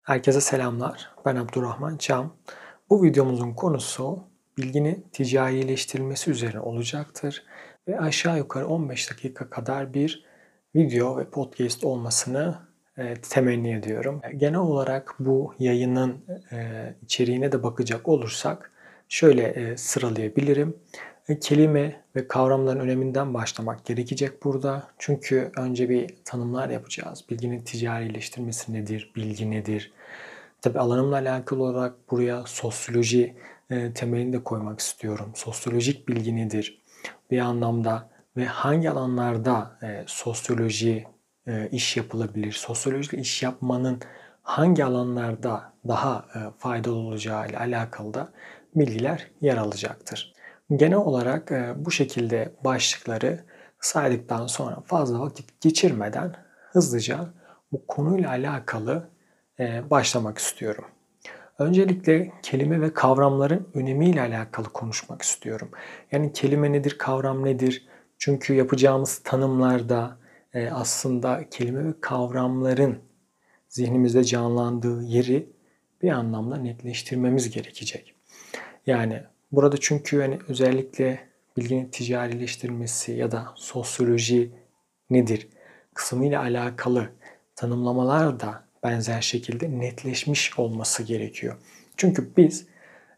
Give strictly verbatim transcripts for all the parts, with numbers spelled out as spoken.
Herkese selamlar. Ben Abdurrahman Çam. Bu videomuzun konusu bilginin ticarileştirilmesi üzerine olacaktır ve aşağı yukarı on beş dakika kadar bir video ve podcast olmasını e, temenni ediyorum. Genel olarak bu yayının e, içeriğine de bakacak olursak şöyle e, sıralayabilirim. E, kelime ve kavramların öneminden başlamak gerekecek burada. Çünkü önce bir tanımlar yapacağız. Bilginin ticarileştirilmesi nedir? Bilgi nedir? Tabii alanımla alakalı olarak buraya sosyoloji e, temelini de koymak istiyorum. Sosyolojik bilgi nedir? Bir anlamda ve hangi alanlarda e, sosyoloji e, iş yapılabilir? Sosyolojik iş yapmanın hangi alanlarda daha e, faydalı olacağı ile alakalı da bilgiler yer alacaktır. Genel olarak e, bu şekilde başlıkları saydıktan sonra fazla vakit geçirmeden hızlıca bu konuyla alakalı e, başlamak istiyorum. Öncelikle kelime ve kavramların önemiyle alakalı konuşmak istiyorum. Yani kelime nedir, kavram nedir? Çünkü yapacağımız tanımlarda e, aslında kelime ve kavramların zihnimizde canlandığı yeri bir anlamda netleştirmemiz gerekecek. Yani burada çünkü hani özellikle bilginin ticarileştirilmesi ya da sosyoloji nedir kısmıyla alakalı tanımlamalar da benzer şekilde netleşmiş olması gerekiyor. Çünkü biz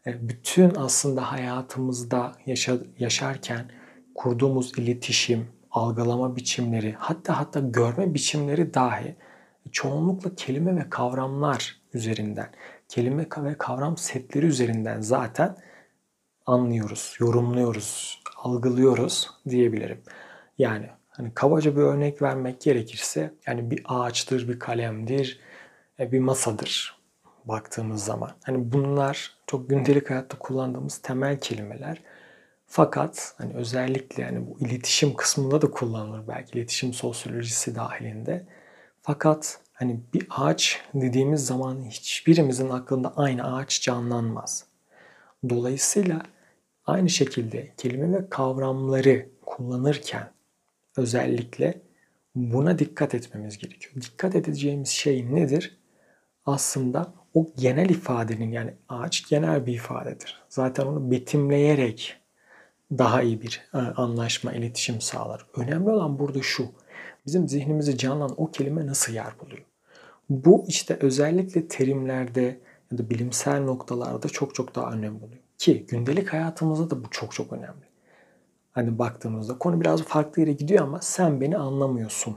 bütün aslında hayatımızda yaşa, yaşarken kurduğumuz iletişim, algılama biçimleri, hatta hatta görme biçimleri dahi çoğunlukla kelime ve kavramlar üzerinden, kelime ve kavram setleri üzerinden zaten anlıyoruz, yorumluyoruz, algılıyoruz diyebilirim. Yani hani kabaca bir örnek vermek gerekirse yani bir ağaçtır, bir kalemdir, bir masadır baktığımız zaman. Hani bunlar çok gündelik hayatta kullandığımız temel kelimeler. Fakat hani özellikle yani bu iletişim kısmında da kullanılır belki iletişim sosyolojisi dahilinde. Fakat hani bir ağaç dediğimiz zaman hiçbirimizin aklında aynı ağaç canlanmaz. Dolayısıyla aynı şekilde kelime ve kavramları kullanırken özellikle buna dikkat etmemiz gerekiyor. Dikkat edeceğimiz şey nedir? Aslında o genel ifadenin yani ağaç genel bir ifadedir. Zaten onu betimleyerek daha iyi bir anlaşma, iletişim sağlar. Önemli olan burada şu. Bizim zihnimizi canlanan o kelime nasıl yer buluyor? Bu işte özellikle terimlerde ya da bilimsel noktalarda çok çok daha önemli oluyor. Ki gündelik hayatımızda da bu çok çok önemli. Hani baktığımızda konu biraz farklı yere gidiyor ama sen beni anlamıyorsun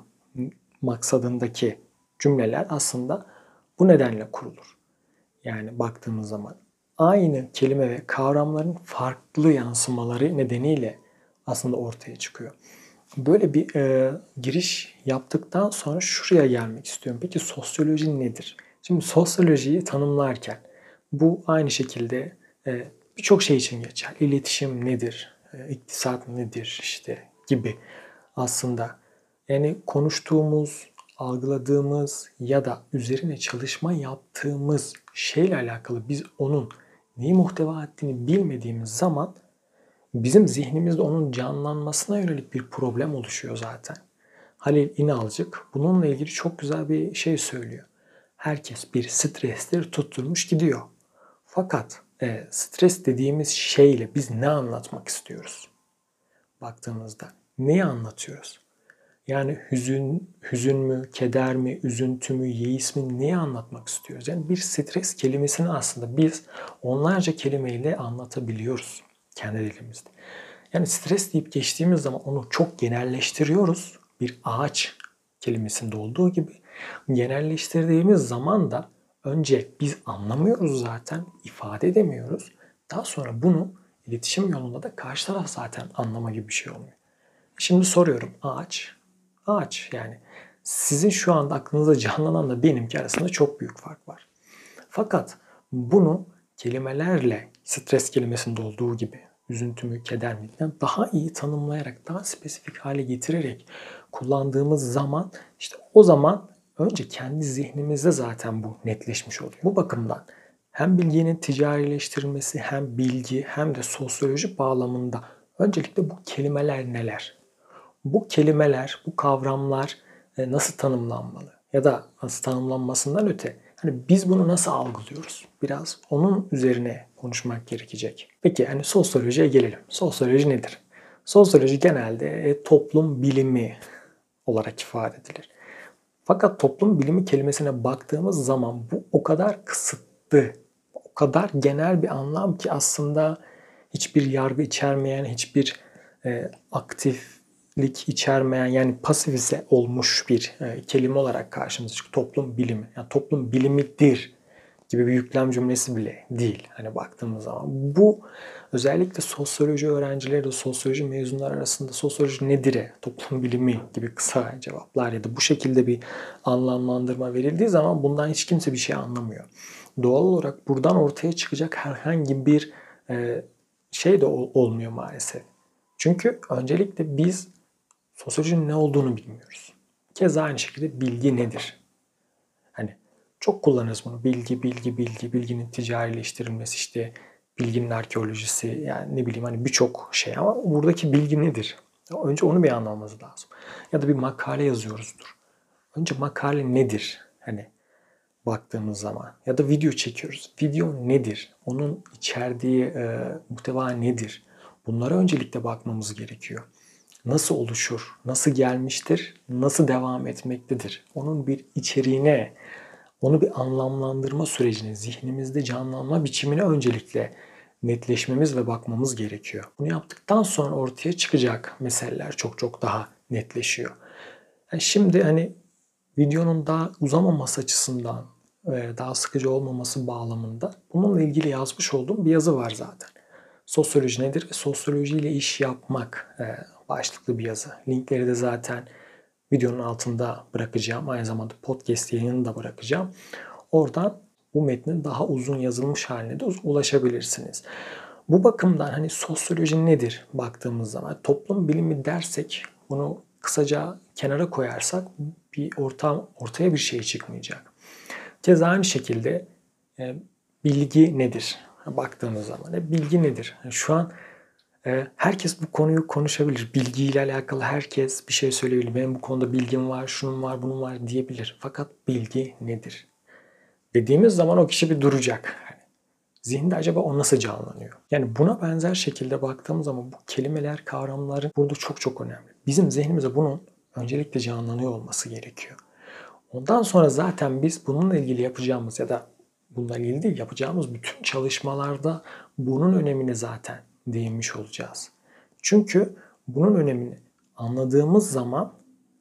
maksadındaki cümleler aslında bu nedenle kurulur. Yani baktığımız zaman aynı kelime ve kavramların farklı yansımaları nedeniyle aslında ortaya çıkıyor. Böyle bir e, giriş yaptıktan sonra şuraya gelmek istiyorum. Peki sosyoloji nedir? Şimdi sosyolojiyi tanımlarken bu aynı şekilde e, birçok şey için geçer. İletişim nedir? E, iktisat nedir? İşte gibi aslında. Yani konuştuğumuz, algıladığımız ya da üzerine çalışma yaptığımız şeyle alakalı biz onun neyi muhteva ettiğini bilmediğimiz zaman bizim zihnimizde onun canlanmasına yönelik bir problem oluşuyor zaten. Halil İnalcık bununla ilgili çok güzel bir şey söylüyor. Herkes bir stresleri tutturmuş gidiyor. Fakat e, stres dediğimiz şeyle biz ne anlatmak istiyoruz? Baktığımızda neyi anlatıyoruz? Yani hüzün, hüzün mü, keder mi, üzüntü mü, yeis mi neyi anlatmak istiyoruz? Yani bir stres kelimesini aslında biz onlarca kelimeyle anlatabiliyoruz kendi dilimizde. Yani stres deyip geçtiğimiz zaman onu çok genelleştiriyoruz. Bir ağaç kelimesinde olduğu gibi genelleştirdiğimiz zaman da önce biz anlamıyoruz zaten, ifade edemiyoruz. Daha sonra bunu iletişim yolunda da karşı taraf zaten anlama gibi bir şey olmuyor. Şimdi soruyorum ağaç, ağaç yani sizin şu anda aklınıza canlananla benimki arasında çok büyük fark var. Fakat bunu kelimelerle stres kelimesinde olduğu gibi üzüntü mü, keder mi daha iyi tanımlayarak, daha spesifik hale getirerek kullandığımız zaman işte o zaman önce kendi zihnimizde zaten bu netleşmiş oluyor. Bu bakımdan hem bilginin ticarileştirilmesi hem bilgi hem de sosyoloji bağlamında öncelikle bu kelimeler neler? Bu kelimeler, bu kavramlar nasıl tanımlanmalı? Ya da nasıl tanımlanmasından öte Hani biz bunu nasıl algılıyoruz? Biraz onun üzerine konuşmak gerekecek. Peki hani sosyolojiye gelelim. Sosyoloji nedir? Sosyoloji genelde e, toplum bilimi olarak ifade edilir. Fakat toplum bilimi kelimesine baktığımız zaman bu o kadar kısıtlı, o kadar genel bir anlam ki aslında hiçbir yargı içermeyen, hiçbir e, aktiflik içermeyen, yani pasifize olmuş bir e, kelime olarak karşımıza çıkıyor. Toplum bilimi. Yani toplum bilimidir gibi bir yüklem cümlesi bile değil. Hani baktığımız zaman bu özellikle sosyoloji öğrencileri de sosyoloji mezunlar arasında sosyoloji nedir'e, toplum bilimi gibi kısa cevaplar ya da bu şekilde bir anlamlandırma verildiği zaman bundan hiç kimse bir şey anlamıyor. Doğal olarak buradan ortaya çıkacak herhangi bir e, şey de olmuyor maalesef. Çünkü öncelikle biz sosyolojinin ne olduğunu bilmiyoruz. Keza aynı şekilde bilgi nedir? Hani çok kullanırız bunu. Bilgi, bilgi, bilgi, bilginin ticarileştirilmesi, işte bilginin arkeolojisi, yani ne bileyim hani birçok şey, ama buradaki bilgi nedir? Önce onu bir anlamamız lazım. Ya da bir makale yazıyoruzdur. Önce makale nedir? Hani baktığımız zaman ya da video çekiyoruz. Video nedir? Onun içerdiği e, muhteva nedir? Bunlara öncelikle bakmamız gerekiyor. Nasıl oluşur? Nasıl gelmiştir? Nasıl devam etmektedir? Onun bir içeriğine, onu bir anlamlandırma sürecini, zihnimizde canlanma biçimine öncelikle netleşmemiz ve bakmamız gerekiyor. Bunu yaptıktan sonra ortaya çıkacak meseleler çok çok daha netleşiyor. Yani şimdi hani videonun daha uzamaması açısından, daha sıkıcı olmaması bağlamında bununla ilgili yazmış olduğum bir yazı var zaten. Sosyoloji nedir ve sosyolojiyle iş yapmak başlıklı bir yazı. Linkleri de zaten videonun altında bırakacağım. Aynı zamanda podcast yayınını da bırakacağım. Oradan bu metnin daha uzun yazılmış haline de ulaşabilirsiniz. Bu bakımdan hani sosyoloji nedir baktığımız zaman, toplum bilimi dersek, bunu kısaca kenara koyarsak bir ortam, ortaya bir şey çıkmayacak. Keza aynı şekilde e, bilgi nedir baktığımız zaman, e, bilgi nedir? Yani şu an e, herkes bu konuyu konuşabilir. Bilgiyle alakalı herkes bir şey söyleyebilir. Benim bu konuda bilgim var, şunun var, bunun var diyebilir. Fakat bilgi nedir dediğimiz zaman o kişi bir duracak. Yani zihinde acaba o nasıl canlanıyor? Yani buna benzer şekilde baktığımız zaman bu kelimeler, kavramları burada çok çok önemli. Bizim zihnimize bunun öncelikle canlanıyor olması gerekiyor. Ondan sonra zaten biz bununla ilgili yapacağımız ya da bununla ilgili değil, yapacağımız bütün çalışmalarda bunun önemini zaten değinmiş olacağız. Çünkü bunun önemini anladığımız zaman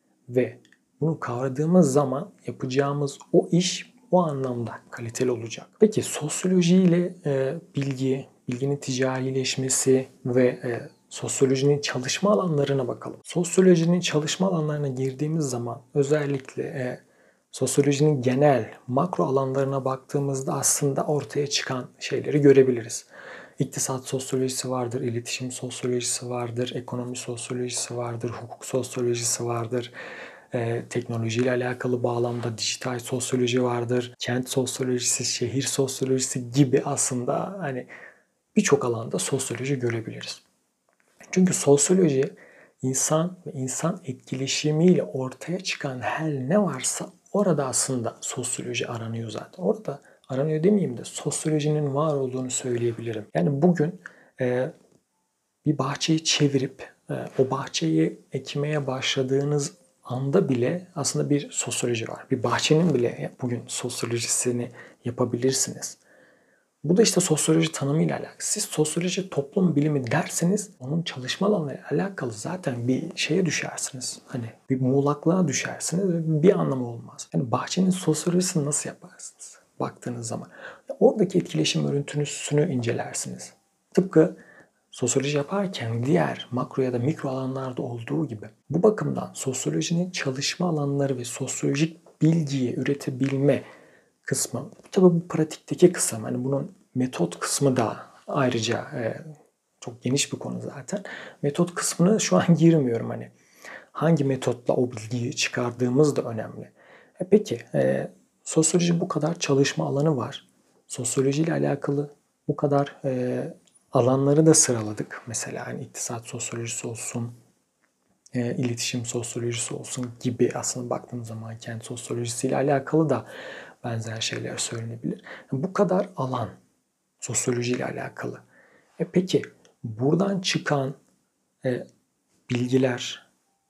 ve bunu kavradığımız zaman yapacağımız o iş o anlamda kaliteli olacak. Peki sosyolojiyle e, bilgi, bilginin ticarileşmesi ve e, sosyolojinin çalışma alanlarına bakalım. Sosyolojinin çalışma alanlarına girdiğimiz zaman özellikle e, sosyolojinin genel makro alanlarına baktığımızda aslında ortaya çıkan şeyleri görebiliriz. İktisat sosyolojisi vardır, iletişim sosyolojisi vardır, ekonomi sosyolojisi vardır, hukuk sosyolojisi vardır. Ee, teknolojiyle alakalı bağlamda dijital sosyoloji vardır, kent sosyolojisi, şehir sosyolojisi gibi aslında hani birçok alanda sosyoloji görebiliriz. Çünkü sosyoloji insan ve insan etkileşimiyle ortaya çıkan her ne varsa orada aslında sosyoloji aranıyor zaten. Orada aranıyor demeyeyim de sosyolojinin var olduğunu söyleyebilirim. Yani bugün e, bir bahçeyi çevirip e, o bahçeyi ekmeye başladığınız anda bile aslında bir sosyoloji var. Bir bahçenin bile bugün sosyolojisini yapabilirsiniz. Bu da işte sosyoloji tanımıyla alakalı. Siz sosyoloji toplum bilimi derseniz onun çalışma alanıyla alakalı zaten bir şeye düşersiniz. Hani bir muğlaklığa düşersiniz ve bir anlamı olmaz. Yani bahçenin sosyolojisini nasıl yaparsınız baktığınız zaman? Oradaki etkileşim örüntüsünü incelersiniz. Tıpkı sosyoloji yaparken diğer makro ya da mikro alanlarda olduğu gibi. Bu bakımdan sosyolojinin çalışma alanları ve sosyolojik bilgiyi üretebilme kısmı, tabii bu pratikteki kısım, hani bunun metot kısmı da ayrıca e, çok geniş bir konu zaten. Metot kısmını şu an girmiyorum, hani hangi metotla o bilgiyi çıkardığımız da önemli. E peki e, sosyoloji bu kadar çalışma alanı var. Sosyoloji ile alakalı bu kadar e, alanları da sıraladık. Mesela hani iktisat sosyolojisi olsun, e, iletişim sosyolojisi olsun gibi, aslında baktığımız zaman kent sosyolojisiyle alakalı da benzer şeyler söylenebilir. Bu kadar alan sosyolojiyle alakalı. E peki buradan çıkan e, bilgiler,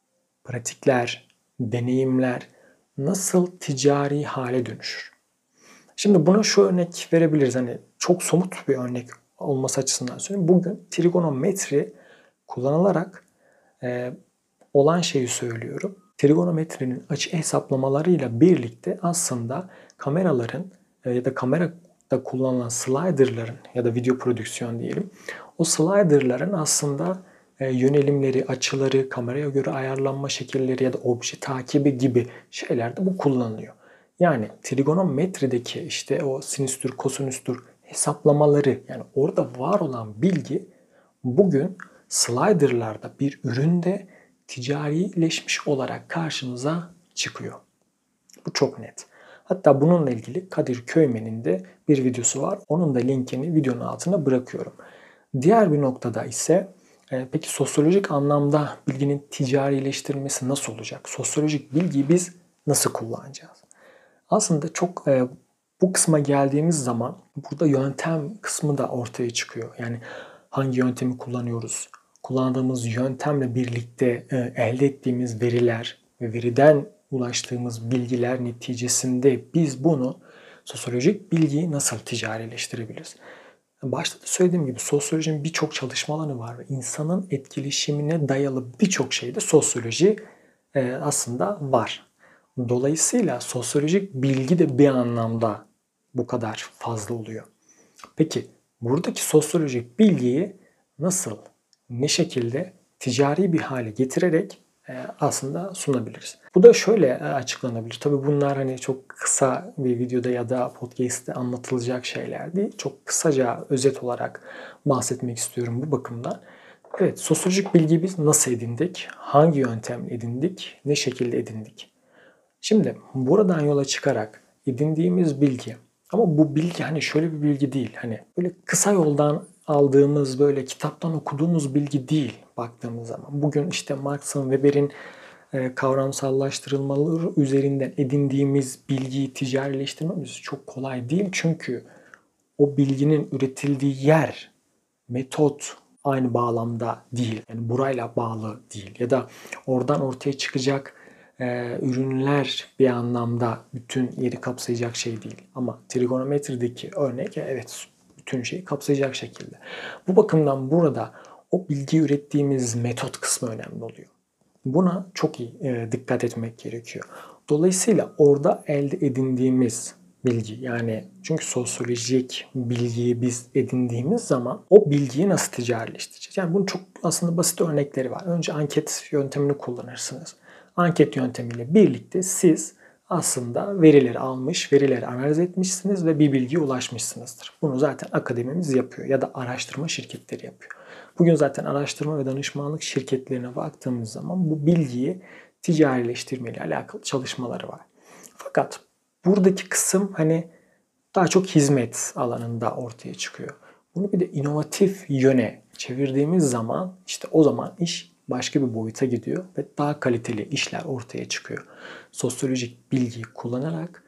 pratikler, deneyimler nasıl ticari hale dönüşür? Şimdi buna şu örnek verebiliriz. Hani çok somut bir örnek olması açısından söyleyeyim. Bugün trigonometri kullanılarak e, olan şeyi söylüyorum. Trigonometrinin açı hesaplamalarıyla birlikte aslında kameraların e, ya da kamerada kullanılan slider'ların ya da video prodüksiyon diyelim. O slider'ların aslında e, yönelimleri, açıları, kameraya göre ayarlanma şekilleri ya da obje takibi gibi şeylerde bu kullanılıyor. Yani trigonometrideki işte o sinüstür, kosinüstür hesaplamaları, yani orada var olan bilgi bugün slider'larda bir üründe ticarileşmiş olarak karşımıza çıkıyor. Bu çok net. Hatta bununla ilgili Kadir Köymen'in de bir videosu var. Onun da linkini videonun altına bırakıyorum. Diğer bir noktada ise e, peki sosyolojik anlamda bilginin ticarileştirilmesi nasıl olacak? Sosyolojik bilgiyi biz nasıl kullanacağız? Aslında çok e, bu kısma geldiğimiz zaman burada yöntem kısmı da ortaya çıkıyor. Yani hangi yöntemi kullanıyoruz? Kullandığımız yöntemle birlikte e, elde ettiğimiz veriler ve veriden ulaştığımız bilgiler neticesinde biz bunu sosyolojik bilgiyi nasıl ticarileştirebiliriz? Başta da söylediğim gibi sosyolojinin birçok çalışma alanı var ve insanın etkileşimine dayalı birçok şeyde sosyoloji e, aslında var. Dolayısıyla sosyolojik bilgi de bir anlamda bu kadar fazla oluyor. Peki buradaki sosyolojik bilgiyi nasıl, ne şekilde ticari bir hale getirerek e, aslında sunabiliriz? Bu da şöyle e, açıklanabilir. Tabii bunlar hani çok kısa bir videoda ya da podcast'te anlatılacak şeyler değil. Çok kısaca özet olarak bahsetmek istiyorum bu bakımdan. Evet, sosyolojik bilgiyi biz nasıl edindik? Hangi yöntemle edindik? Ne şekilde edindik? Şimdi buradan yola çıkarak edindiğimiz bilgi, ama bu bilgi hani şöyle bir bilgi değil. Hani böyle kısa yoldan aldığımız, böyle kitaptan okuduğumuz bilgi değil baktığımız zaman. Bugün işte Marx'ın, Weber'in e, kavramsallaştırılmaları üzerinden edindiğimiz bilgiyi ticarileştirmemiz çok kolay değil. Çünkü o bilginin üretildiği yer, metot aynı bağlamda değil. Yani burayla bağlı değil. Ya da oradan ortaya çıkacak e, ürünler bir anlamda bütün yeri kapsayacak şey değil. Ama trigonometrideki örnek evet bütün şeyi kapsayacak şekilde. Bu bakımdan burada o bilgi ürettiğimiz metot kısmı önemli oluyor. Buna çok iyi e, dikkat etmek gerekiyor. Dolayısıyla orada elde edindiğimiz bilgi, yani çünkü sosyolojik bilgiyi biz edindiğimiz zaman o bilgiyi nasıl ticarileştireceğiz? Yani bunun çok aslında basit örnekleri var. Önce anket yöntemini kullanırsınız. Anket yöntemiyle birlikte siz aslında verileri almış, verileri analiz etmişsiniz ve bir bilgiye ulaşmışsınızdır. Bunu zaten akademimiz yapıyor ya da araştırma şirketleri yapıyor. Bugün zaten araştırma ve danışmanlık şirketlerine baktığımız zaman bu bilgiyi ticarileştirme ile alakalı çalışmaları var. Fakat buradaki kısım hani daha çok hizmet alanında ortaya çıkıyor. Bunu bir de inovatif yöne çevirdiğimiz zaman işte o zaman iş başka bir boyuta gidiyor ve daha kaliteli işler ortaya çıkıyor. Sosyolojik bilgiyi kullanarak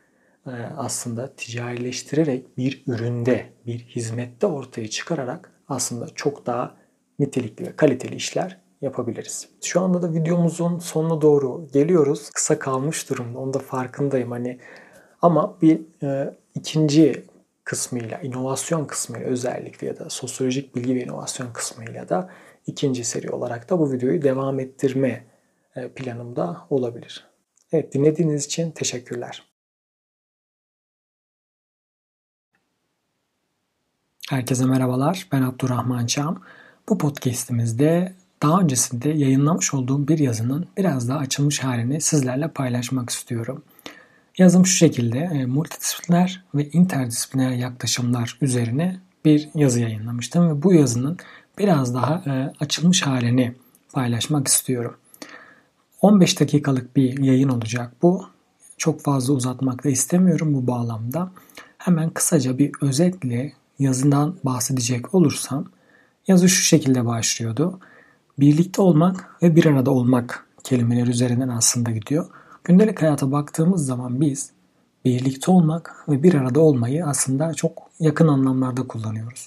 aslında ticarileştirerek bir üründe, bir hizmette ortaya çıkararak aslında çok daha nitelikli ve kaliteli işler yapabiliriz. Şu anda da videomuzun sonuna doğru geliyoruz. Kısa kalmış durumda. Onun da farkındayım. Hani ama bir e, ikinci kısmıyla, inovasyon kısmıyla özellikle ya da sosyolojik bilgi ve inovasyon kısmıyla da ikinci seri olarak da bu videoyu devam ettirme e, planımda olabilir. Evet, dinlediğiniz için teşekkürler. Herkese merhabalar. Ben Abdurrahman Çam. Bu podcast'imizde daha öncesinde yayınlamış olduğum bir yazının biraz daha açılmış halini sizlerle paylaşmak istiyorum. Yazım şu şekilde, multidisipliner ve interdisipliner yaklaşımlar üzerine bir yazı yayınlamıştım ve bu yazının biraz daha açılmış halini paylaşmak istiyorum. on beş dakikalık bir yayın olacak bu. Çok fazla uzatmak da istemiyorum bu bağlamda. Hemen kısaca bir özetle yazından bahsedecek olursam, yazı şu şekilde başlıyordu. Birlikte olmak ve bir arada olmak kelimeleri üzerinden aslında gidiyor. Gündelik hayata baktığımız zaman biz birlikte olmak ve bir arada olmayı aslında çok yakın anlamlarda kullanıyoruz.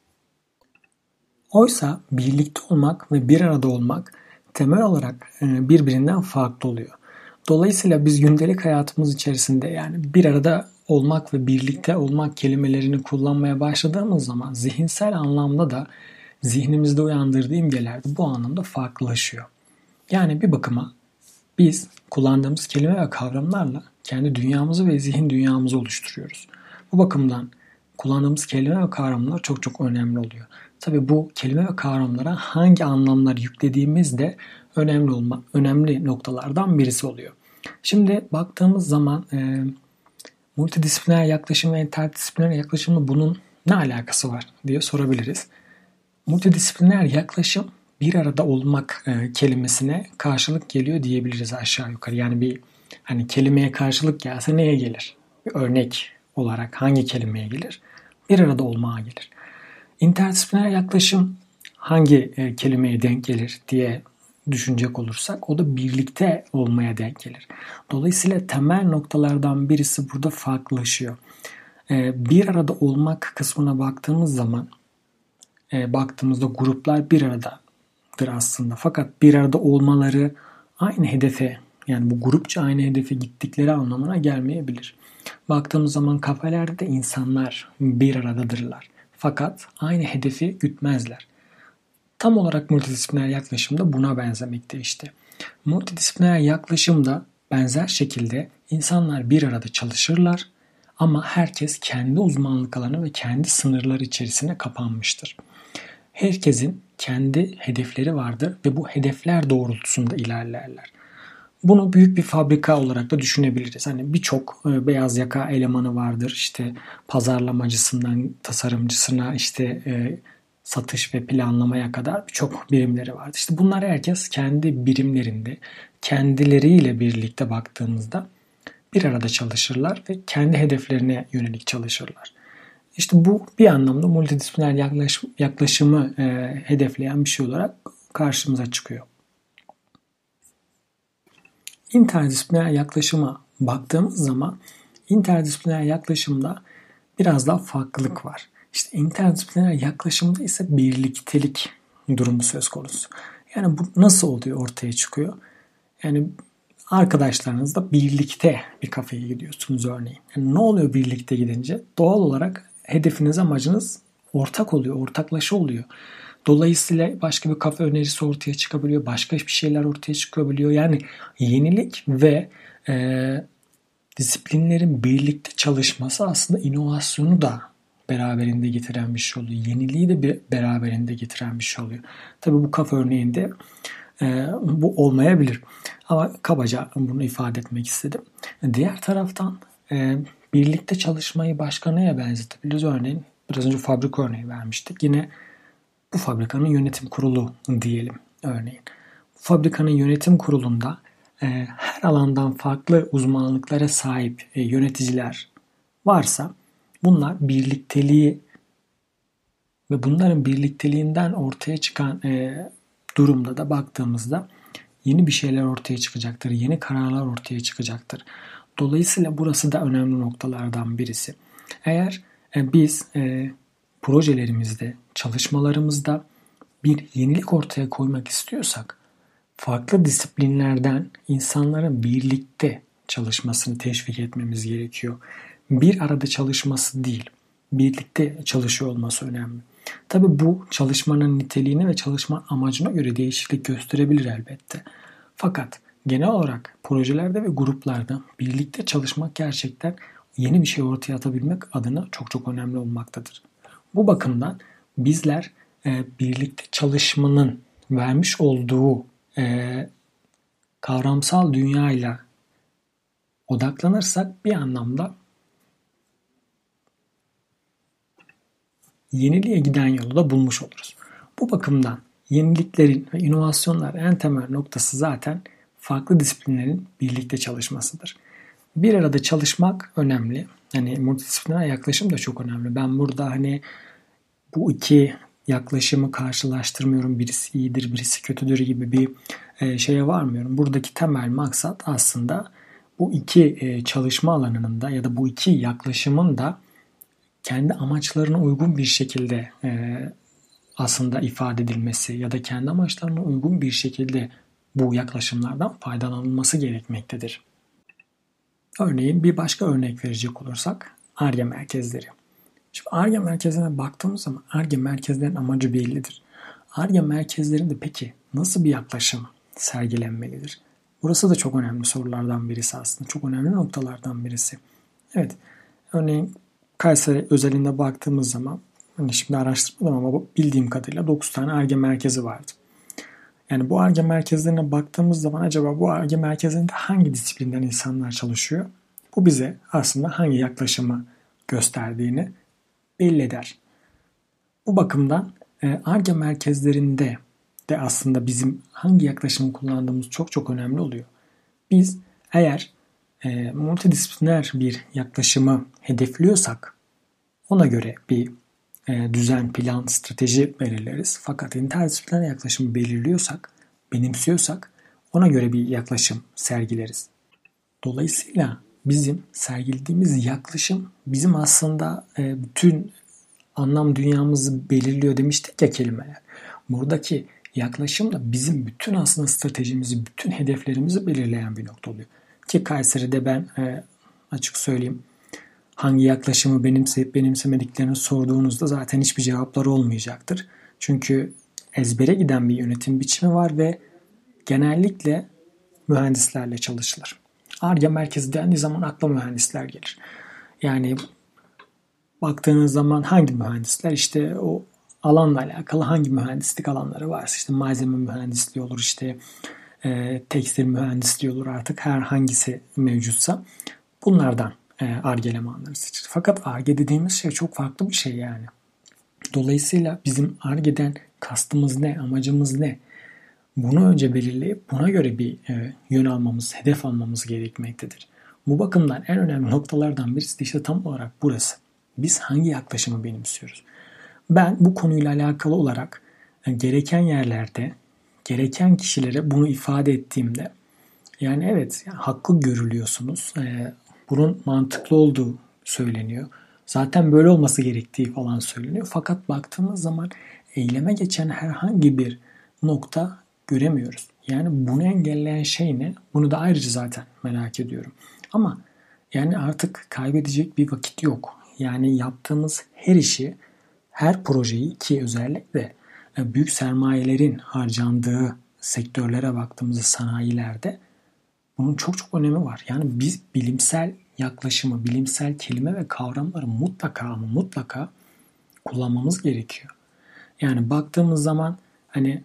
Oysa birlikte olmak ve bir arada olmak temel olarak birbirinden farklı oluyor. Dolayısıyla biz gündelik hayatımız içerisinde yani bir arada olmak ve birlikte olmak kelimelerini kullanmaya başladığımız zaman zihinsel anlamda da zihnimizde uyandırdığı imgeler de bu anlamda farklılaşıyor. Yani bir bakıma biz kullandığımız kelime ve kavramlarla kendi dünyamızı ve zihin dünyamızı oluşturuyoruz. Bu bakımdan kullandığımız kelime ve kavramlar çok çok önemli oluyor. Tabii bu kelime ve kavramlara hangi anlamlar yüklediğimiz de önemli olma, önemli noktalardan birisi oluyor. Şimdi baktığımız zaman e, multidisipliner yaklaşım ve interdisipliner yaklaşımla bunun ne alakası var diye sorabiliriz. Multidisipliner yaklaşım bir arada olmak e, kelimesine karşılık geliyor diyebiliriz aşağı yukarı. Yani bir hani kelimeye karşılık gelse neye gelir? Bir örnek olarak hangi kelimeye gelir? Bir arada olmaya gelir. İnterdisipliner yaklaşım hangi e, kelimeye denk gelir diye düşünecek olursak o da birlikte olmaya denk gelir. Dolayısıyla temel noktalardan birisi burada farklılaşıyor. E, bir arada olmak kısmına baktığımız zaman e, baktığımızda gruplar bir aradadır aslında. Fakat bir arada olmaları aynı hedefe yani bu grupça aynı hedefe gittikleri anlamına gelmeyebilir. Baktığımız zaman kafelerde de insanlar bir aradadırlar. Fakat aynı hedefi gütmezler. Tam olarak multidisipliner yaklaşımda buna benzemekte işte. Multidisipliner yaklaşımda benzer şekilde insanlar bir arada çalışırlar ama herkes kendi uzmanlık alanı ve kendi sınırları içerisine kapanmıştır. Herkesin kendi hedefleri vardır ve bu hedefler doğrultusunda ilerlerler. Bunu büyük bir fabrika olarak da düşünebiliriz. Hani birçok e, beyaz yaka elemanı vardır. İşte pazarlamacısından tasarımcısına işte e, satış ve planlamaya kadar birçok birimleri vardır. İşte bunlar herkes kendi birimlerinde kendileriyle birlikte baktığımızda bir arada çalışırlar ve kendi hedeflerine yönelik çalışırlar. İşte bu bir anlamda multidisipliner yaklaşım, yaklaşımı e, hedefleyen bir şey olarak karşımıza çıkıyor. İnterdisipliner yaklaşıma baktığımız zaman interdisipliner yaklaşımda biraz daha farklılık var. İşte interdisipliner yaklaşımda ise birliktelik durumu söz konusu. Yani bu nasıl oluyor ortaya çıkıyor? Yani arkadaşlarınızla birlikte bir kafeye gidiyorsunuz örneğin. Yani ne oluyor birlikte gidince? Doğal olarak hedefiniz, amacınız ortak oluyor, ortaklaşa oluyor. Dolayısıyla başka bir kafe önerisi ortaya çıkabiliyor, başka bir şeyler ortaya çıkabiliyor. Yani yenilik ve e, disiplinlerin birlikte çalışması aslında inovasyonu da beraberinde getiren bir şey oluyor. Yeniliği de beraberinde getiren bir şey oluyor. Tabii bu kafe örneğinde e, bu olmayabilir. Ama kabaca bunu ifade etmek istedim. Diğer taraftan e, birlikte çalışmayı başka neye benzetebiliriz? Örneğin biraz önce fabrika örneği vermiştik. Yine bu fabrikanın yönetim kurulu diyelim örneğin. Bu fabrikanın yönetim kurulunda e, her alandan farklı uzmanlıklara sahip e, yöneticiler varsa bunlar birlikteliği ve bunların birlikteliğinden ortaya çıkan e, durumda da baktığımızda yeni bir şeyler ortaya çıkacaktır. Yeni kararlar ortaya çıkacaktır. Dolayısıyla burası da önemli noktalardan birisi. Eğer e, biz e, projelerimizde, çalışmalarımızda bir yenilik ortaya koymak istiyorsak farklı disiplinlerden insanların birlikte çalışmasını teşvik etmemiz gerekiyor. Bir arada çalışması değil, birlikte çalışıyor olması önemli. Tabii bu çalışmanın niteliğine ve çalışma amacına göre değişiklik gösterebilir elbette. Fakat genel olarak projelerde ve gruplarda birlikte çalışmak gerçekten yeni bir şey ortaya atabilmek adına çok çok önemli olmaktadır. Bu bakımdan bizler e, birlikte çalışmanın vermiş olduğu e, kavramsal dünyayla odaklanırsak bir anlamda yeniliğe giden yolu da bulmuş oluruz. Bu bakımdan yeniliklerin ve inovasyonlar en temel noktası zaten farklı disiplinlerin birlikte çalışmasıdır. Bir arada çalışmak önemli. Yani multidisipliner yaklaşım da çok önemli. Ben burada hani bu iki yaklaşımı karşılaştırmıyorum. Birisi iyidir, birisi kötüdür gibi bir şeye varmıyorum. Buradaki temel maksat aslında bu iki e, çalışma alanının da ya da bu iki yaklaşımın da kendi amaçlarına uygun bir şekilde e, aslında ifade edilmesi ya da kendi amaçlarına uygun bir şekilde bu yaklaşımlardan faydalanılması gerekmektedir. Örneğin bir başka örnek verecek olursak Ar-Ge merkezleri. Şimdi Ar-Ge merkezlerine baktığımız zaman Ar-Ge merkezlerinin amacı bellidir. Ar-Ge merkezlerinde peki nasıl bir yaklaşım sergilenmelidir? Burası da çok önemli sorulardan birisi aslında. Çok önemli noktalardan birisi. Evet, örneğin Kayseri özelinde baktığımız zaman, hani şimdi araştırmadım ama bildiğim kadarıyla dokuz tane Ar-Ge merkezi vardı. Yani bu Ar-Ge merkezlerine baktığımız zaman acaba bu Ar-Ge merkezlerinde hangi disiplinden insanlar çalışıyor? Bu bize aslında hangi yaklaşımı gösterdiğini belli eder. Bu bakımdan Ar-Ge merkezlerinde de aslında bizim hangi yaklaşımı kullandığımız çok çok önemli oluyor. Biz eğer e, multidisipliner bir yaklaşımı hedefliyorsak ona göre bir e, düzen, plan, strateji belirleriz. Fakat interdisipliner yaklaşımı belirliyorsak, benimsiyorsak ona göre bir yaklaşım sergileriz. Dolayısıyla bizim sergilediğimiz yaklaşım bizim aslında e, bütün anlam dünyamızı belirliyor demiştik ya kelimeler. Buradaki yaklaşım da bizim bütün aslında stratejimizi, bütün hedeflerimizi belirleyen bir nokta oluyor. Ki Kayseri'de ben e, açık söyleyeyim hangi yaklaşımı benimseyip benimsemediklerini sorduğunuzda zaten hiçbir cevapları olmayacaktır. Çünkü ezbere giden bir yönetim biçimi var ve genellikle mühendislerle çalışılır. Ar-Ge merkezi dendiği zaman akla mühendisler gelir. Yani baktığınız zaman hangi mühendisler işte o alanla alakalı hangi mühendislik alanları varsa işte malzeme mühendisliği olur işte e, tekstil mühendisliği olur artık her hangisi mevcutsa bunlardan e, Ar-Ge elemanları seçilir. Fakat Ar-Ge dediğimiz şey çok farklı bir şey yani. Dolayısıyla bizim Ar-Ge'den kastımız ne, amacımız ne? Bunu önce belirleyip buna göre bir e, yön almamız, hedef almamız gerekmektedir. Bu bakımdan en önemli noktalardan birisi de işte tam olarak burası. Biz hangi yaklaşımı benimsiyoruz? Ben bu konuyla alakalı olarak yani gereken yerlerde, gereken kişilere bunu ifade ettiğimde yani evet yani haklı görülüyorsunuz. E, bunun mantıklı olduğu söyleniyor. Zaten böyle olması gerektiği falan söyleniyor. Fakat baktığımız zaman eyleme geçen herhangi bir nokta göremiyoruz. Yani bunu engelleyen şey ne? Bunu da ayrıca zaten merak ediyorum. Ama yani artık kaybedecek bir vakit yok. Yani yaptığımız her işi, her projeyi ki özellikle büyük sermayelerin harcandığı sektörlere baktığımızda sanayilerde bunun çok çok önemi var. Yani biz bilimsel yaklaşımı, bilimsel kelime ve kavramları mutlaka ama mutlaka kullanmamız gerekiyor. Yani baktığımız zaman hani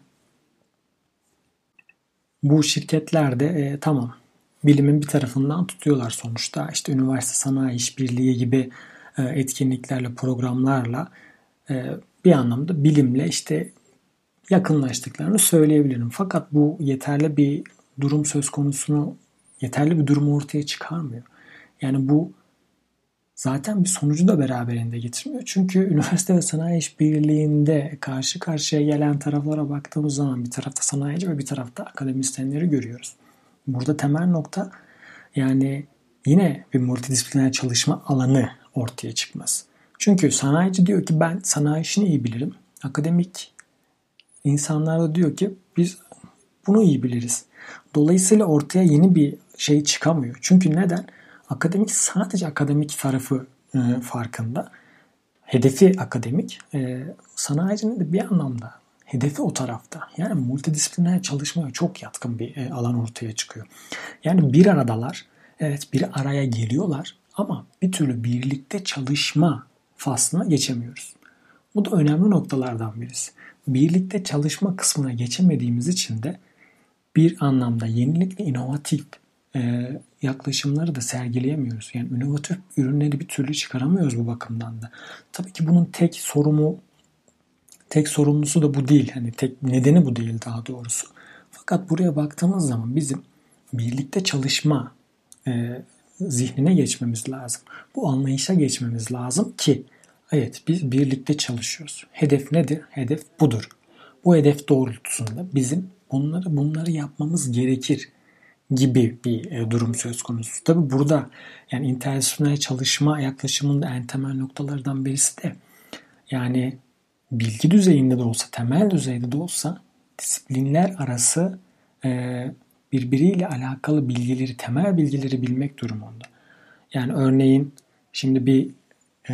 bu şirketlerde e, tamam bilimin bir tarafından tutuyorlar sonuçta. İşte üniversite sanayi işbirliği gibi e, etkinliklerle, programlarla e, bir anlamda bilimle işte yakınlaştıklarını söyleyebilirim. Fakat bu yeterli bir durum söz konusunu, yeterli bir durumu ortaya çıkarmıyor. Yani bu zaten bir sonucu da beraberinde getirmiyor. Çünkü üniversite ve sanayi işbirliğinde karşı karşıya gelen taraflara baktığımız zaman bir tarafta sanayici ve bir tarafta akademisyenleri görüyoruz. Burada temel nokta yani yine bir multidisipliner çalışma alanı ortaya çıkması. Çünkü sanayici diyor ki ben sanayi işini iyi bilirim. Akademik insanlar da diyor ki biz bunu iyi biliriz. Dolayısıyla ortaya yeni bir şey çıkamıyor. Çünkü neden? Akademik sadece akademik tarafı e, farkında. Hedefi akademik. E, sanayicinin de bir anlamda hedefi o tarafta. Yani multidisipliner çalışmaya çok yatkın bir e, alan ortaya çıkıyor. Yani bir aradalar. Evet bir araya geliyorlar ama bir türlü birlikte çalışma faslına geçemiyoruz. Bu da önemli noktalardan birisi. Birlikte çalışma kısmına geçemediğimiz için de bir anlamda yenilik ve inovatif e, yaklaşımları da sergileyemiyoruz. Yani inovatif ürünleri bir türlü çıkaramıyoruz bu bakımdan da. Tabii ki bunun tek sorumu, tek sorumlusu da bu değil. Hani tek nedeni bu değil daha doğrusu. Fakat buraya baktığımız zaman bizim birlikte çalışma e, zihnine geçmemiz lazım. Bu anlayışa geçmemiz lazım ki evet biz birlikte çalışıyoruz. Hedef nedir? Hedef budur. Bu hedef doğrultusunda bizim bunları bunları yapmamız gerekir gibi bir e, durum söz konusu. Tabi burada yani interdisipliner çalışma yaklaşımının en temel noktalardan birisi de yani bilgi düzeyinde de olsa, temel düzeyde de olsa disiplinler arası e, birbiriyle alakalı bilgileri, temel bilgileri bilmek durumunda. Yani örneğin şimdi bir e,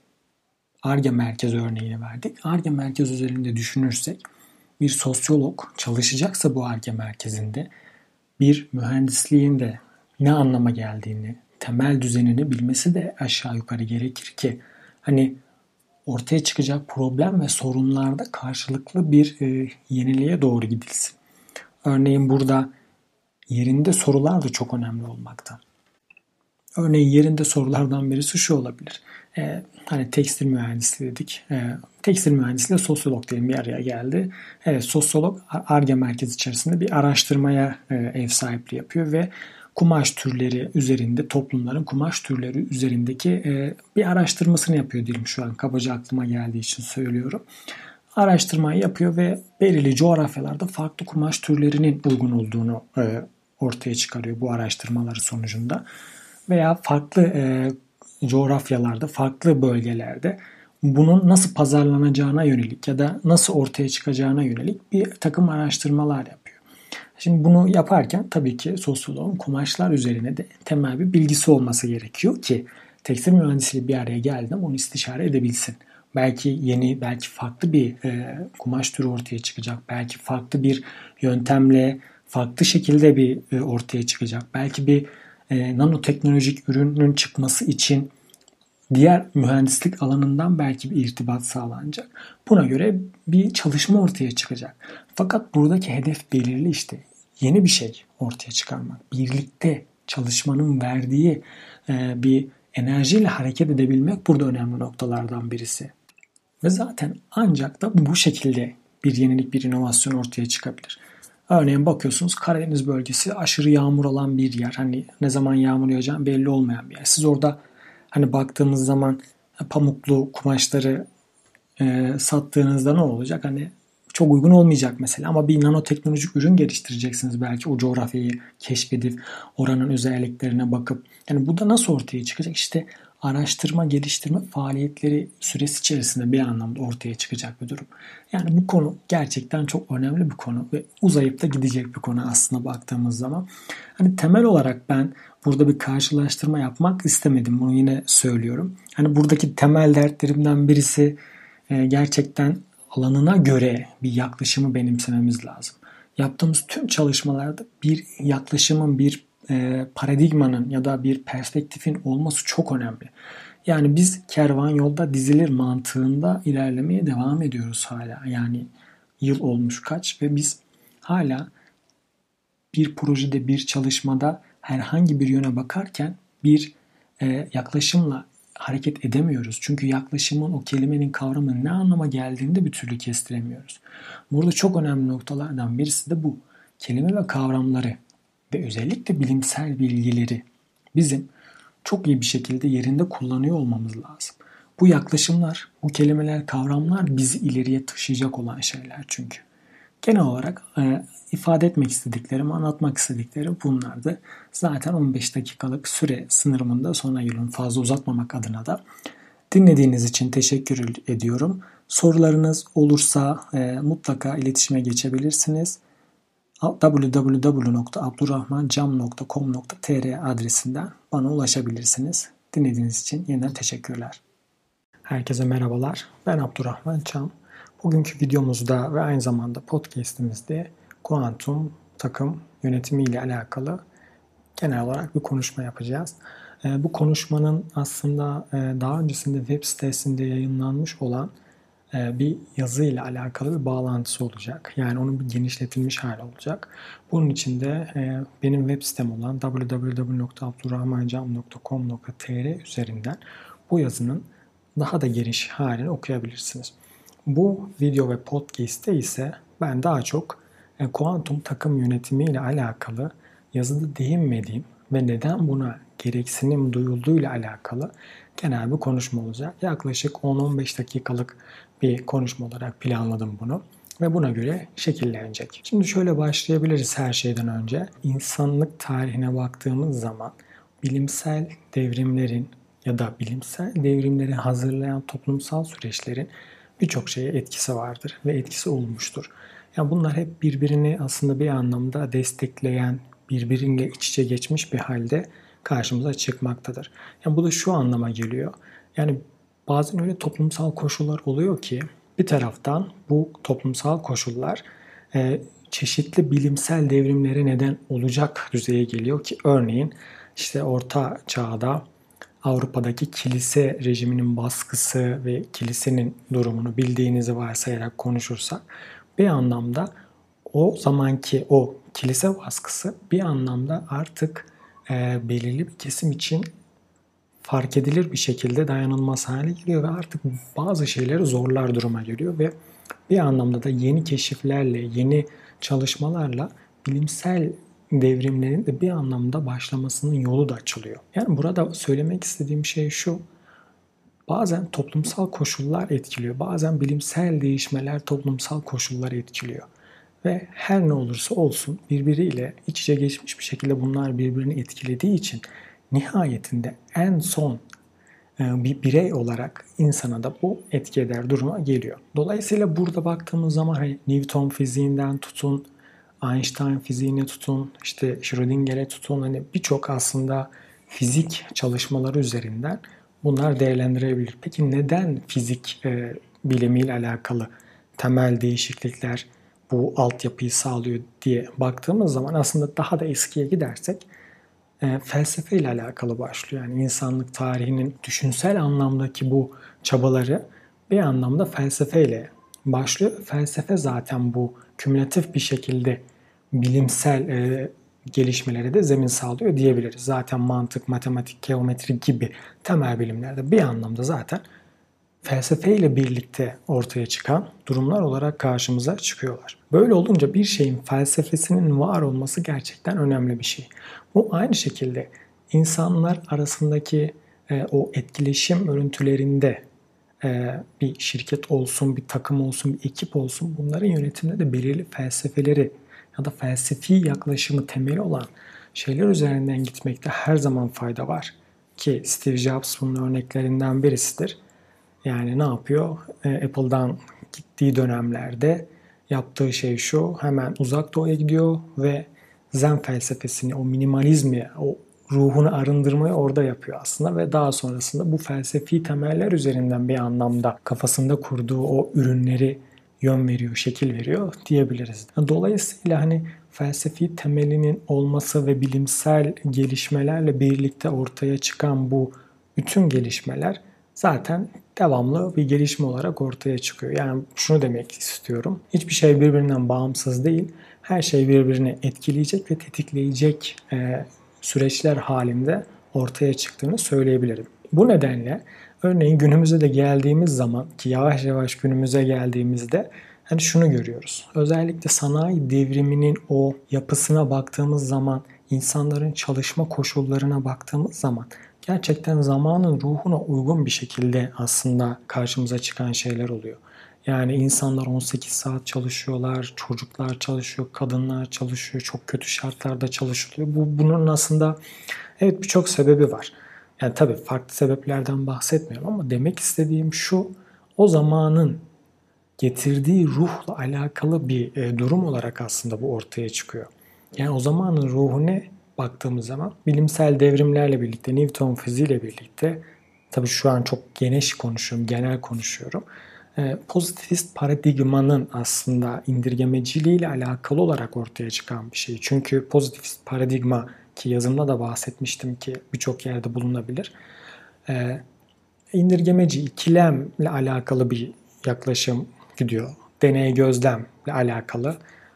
Ar-Ge merkezi örneğini verdik. Ar-Ge merkezi üzerinde düşünürsek bir sosyolog çalışacaksa bu Ar-Ge merkezinde bir mühendisliğin de ne anlama geldiğini, temel düzenini bilmesi de aşağı yukarı gerekir ki hani ortaya çıkacak problem ve sorunlarda karşılıklı bir e, yeniliğe doğru gidilsin. Örneğin burada yerinde sorular da çok önemli olmakta. Örneğin yerinde sorulardan birisi şu olabilir. Ee, hani tekstil mühendisliği dedik. Ee, tekstil mühendisliği sosyolog diyelim bir araya geldi. Evet, sosyolog Ar-Ge merkezi içerisinde bir araştırmaya e, ev sahipliği yapıyor ve kumaş türleri üzerinde, toplumların kumaş türleri üzerindeki e, bir araştırmasını yapıyor diyelim, şu an kabaca aklıma geldiği için söylüyorum. Araştırmayı yapıyor ve belirli coğrafyalarda farklı kumaş türlerinin uygun olduğunu e, ortaya çıkarıyor bu araştırmaları sonucunda. Veya farklı e, coğrafyalarda, farklı bölgelerde bunun nasıl pazarlanacağına yönelik ya da nasıl ortaya çıkacağına yönelik bir takım araştırmalar yapıyor. Şimdi bunu yaparken tabii ki sosyoloğun kumaşlar üzerine de temel bir bilgisi olması gerekiyor ki tekstil mühendisliği bir araya geldiğinde onu istişare edebilsin. Belki yeni, belki farklı bir e, kumaş türü ortaya çıkacak. Belki farklı bir yöntemle, farklı şekilde bir e, ortaya çıkacak. Belki bir e, nanoteknolojik ürünün çıkması için diğer mühendislik alanından belki bir irtibat sağlanacak. Buna göre bir çalışma ortaya çıkacak. Fakat buradaki hedef belirli işte. Yeni bir şey ortaya çıkarmak. Birlikte çalışmanın verdiği e, bir enerjiyle hareket edebilmek burada önemli noktalardan birisi. Ve zaten ancak da bu şekilde bir yenilik, bir inovasyon ortaya çıkabilir. Örneğin bakıyorsunuz Karadeniz bölgesi aşırı yağmur alan bir yer. Hani ne zaman yağmur yağacağı belli olmayan bir yer. Siz orada hani baktığımız zaman pamuklu kumaşları e, sattığınızda ne olacak? Hani çok uygun olmayacak mesela, ama bir nanoteknolojik ürün geliştireceksiniz belki o coğrafyayı keşfedip oranın özelliklerine bakıp. Yani bu da nasıl ortaya çıkacak? İşte araştırma, geliştirme faaliyetleri süresi içerisinde bir anlamda ortaya çıkacak bir durum. Yani bu konu gerçekten çok önemli bir konu ve uzayıp da gidecek bir konu aslında baktığımız zaman. Hani temel olarak ben burada bir karşılaştırma yapmak istemedim. Bunu yine söylüyorum. Hani buradaki temel dertlerimden birisi e, gerçekten alanına göre bir yaklaşımı benimsememiz lazım. Yaptığımız tüm çalışmalarda bir yaklaşımın, bir e, paradigmanın ya da bir perspektifin olması çok önemli. Yani biz kervan yolda dizilir mantığında ilerlemeye devam ediyoruz hala. Yani yıl olmuş kaç ve biz hala bir projede, bir çalışmada herhangi bir yöne bakarken bir e, yaklaşımla hareket edemiyoruz. Çünkü yaklaşımın, o kelimenin, kavramın ne anlama geldiğini de bir türlü kestiremiyoruz. Burada çok önemli noktalardan birisi de bu. Kelime ve kavramları ve özellikle bilimsel bilgileri bizim çok iyi bir şekilde yerinde kullanıyor olmamız lazım. Bu yaklaşımlar, bu kelimeler, kavramlar bizi ileriye taşıyacak olan şeyler çünkü. Genel olarak e, ifade etmek istediklerim, anlatmak istediklerim bunlardı. Zaten on beş dakikalık süre sınırımın da sona gelin, fazla uzatmamak adına da. Dinlediğiniz için teşekkür ediyorum. Sorularınız olursa e, mutlaka iletişime geçebilirsiniz. double-u double-u double-u nokta abdurrahmancam nokta com nokta tr adresinden bana ulaşabilirsiniz. Dinlediğiniz için yeniden teşekkürler. Herkese merhabalar. Ben Abdurrahman Çam. Bugünkü videomuzda ve aynı zamanda podcastimizde kuantum takım yönetimi ile alakalı genel olarak bir konuşma yapacağız. Bu konuşmanın aslında daha öncesinde web sitesinde yayınlanmış olan bir yazı ile alakalı bir bağlantısı olacak. Yani onun bir genişletilmiş hali olacak. Bunun için de benim web sitem olan double-u double-u double-u nokta abdurrahmancam nokta com nokta tr üzerinden bu yazının daha da geniş halini okuyabilirsiniz. Bu video ve podcast'te ise ben daha çok kuantum takım yönetimi ile alakalı yazıda değinmediğim ve neden buna gereksinim duyulduğuyla alakalı genel bir konuşma olacak. Yaklaşık on on beş dakikalık bir konuşma olarak planladım bunu. ve buna göre şekillenecek. Şimdi şöyle başlayabiliriz her şeyden önce. İnsanlık tarihine baktığımız zaman bilimsel devrimlerin ya da bilimsel devrimleri hazırlayan toplumsal süreçlerin birçok şeye etkisi vardır ve etkisi olmuştur. Yani bunlar hep birbirini aslında bir anlamda destekleyen, birbiriyle iç içe geçmiş bir halde karşımıza çıkmaktadır. Yani bu da şu anlama geliyor. Yani bazen öyle toplumsal koşullar oluyor ki bir taraftan bu toplumsal koşullar e, çeşitli bilimsel devrimlere neden olacak düzeye geliyor ki örneğin işte Orta Çağ'da Avrupa'daki kilise rejiminin baskısı ve kilisenin durumunu bildiğinizi varsayarak konuşursak bir anlamda o zamanki o kilise baskısı bir anlamda artık e, belirli bir kesim için fark edilir bir şekilde dayanılmaz hale geliyor ve artık bazı şeyleri zorlar duruma geliyor ve bir anlamda da yeni keşiflerle, yeni çalışmalarla bilimsel devrimlerin de bir anlamda başlamasının yolu da açılıyor. Yani burada söylemek istediğim şey şu, bazen toplumsal koşullar etkiliyor, bazen bilimsel değişmeler toplumsal koşulları etkiliyor. Ve her ne olursa olsun birbiriyle iç içe geçmiş bir şekilde bunlar birbirini etkilediği için nihayetinde en son bir birey olarak insana da bu etki eder duruma geliyor. Dolayısıyla burada baktığımız zaman hani Newton fiziğinden tutun, Einstein fiziğine tutun, işte Schrödinger'e tutun, hani birçok aslında fizik çalışmaları üzerinden bunlar değerlendirebilir. Peki neden fizik e, bilimiyle alakalı temel değişiklikler bu altyapıyı sağlıyor diye baktığımız zaman aslında daha da eskiye gidersek e, felsefe ile alakalı başlıyor. Yani insanlık tarihinin düşünsel anlamdaki bu çabaları bir anlamda felsefeyle başlıyor. Felsefe zaten bu kümülatif bir şekilde bilimsel e, gelişmelere de zemin sağlıyor diyebiliriz. Zaten mantık, matematik, geometri gibi temel bilimlerde bir anlamda zaten felsefe ile birlikte ortaya çıkan durumlar olarak karşımıza çıkıyorlar. Böyle olunca bir şeyin felsefesinin var olması gerçekten önemli bir şey. Bu aynı şekilde insanlar arasındaki e, o etkileşim örüntülerinde e, bir şirket olsun, bir takım olsun, bir ekip olsun bunların yönetiminde de belirli felsefeleri ya da felsefi yaklaşımı temeli olan şeyler üzerinden gitmekte her zaman fayda var. Ki Steve Jobs bunun örneklerinden birisidir. Yani ne yapıyor? Apple'dan gittiği dönemlerde yaptığı şey şu, hemen uzak doğuya gidiyor ve Zen felsefesini, o minimalizmi, o ruhunu arındırmayı orada yapıyor aslında ve daha sonrasında bu felsefi temeller üzerinden bir anlamda kafasında kurduğu o ürünleri yön veriyor, şekil veriyor diyebiliriz. Dolayısıyla hani felsefi temelinin olması ve bilimsel gelişmelerle birlikte ortaya çıkan bu bütün gelişmeler zaten devamlı bir gelişme olarak ortaya çıkıyor. Yani şunu demek istiyorum. Hiçbir şey birbirinden bağımsız değil. Her şey birbirini etkileyecek ve tetikleyecek e, süreçler halinde ortaya çıktığını söyleyebilirim. Bu nedenle örneğin günümüze de geldiğimiz zaman ki yavaş yavaş günümüze geldiğimizde hani şunu görüyoruz. Özellikle sanayi devriminin o yapısına baktığımız zaman, insanların çalışma koşullarına baktığımız zaman gerçekten zamanın ruhuna uygun bir şekilde aslında karşımıza çıkan şeyler oluyor. Yani insanlar on sekiz saat çalışıyorlar, çocuklar çalışıyor, kadınlar çalışıyor, çok kötü şartlarda çalışılıyor. Bu bunun aslında evet birçok sebebi var. Yani tabii farklı sebeplerden bahsetmiyorum ama demek istediğim şu, o zamanın getirdiği ruhla alakalı bir e, durum olarak aslında bu ortaya çıkıyor. Yani o zamanın ruhu ne? Baktığımız zaman bilimsel devrimlerle birlikte, Newton fiziğiyle birlikte, tabii şu an çok geniş konuşuyorum, genel konuşuyorum. E, pozitivist paradigmanın aslında indirgemeciliğiyle alakalı olarak ortaya çıkan bir şey. Çünkü pozitivist paradigma ki yazımda da bahsetmiştim ki birçok yerde bulunabilir. E, indirgemeci, ikilemle alakalı bir yaklaşım gidiyor. Deney gözlemle alakalı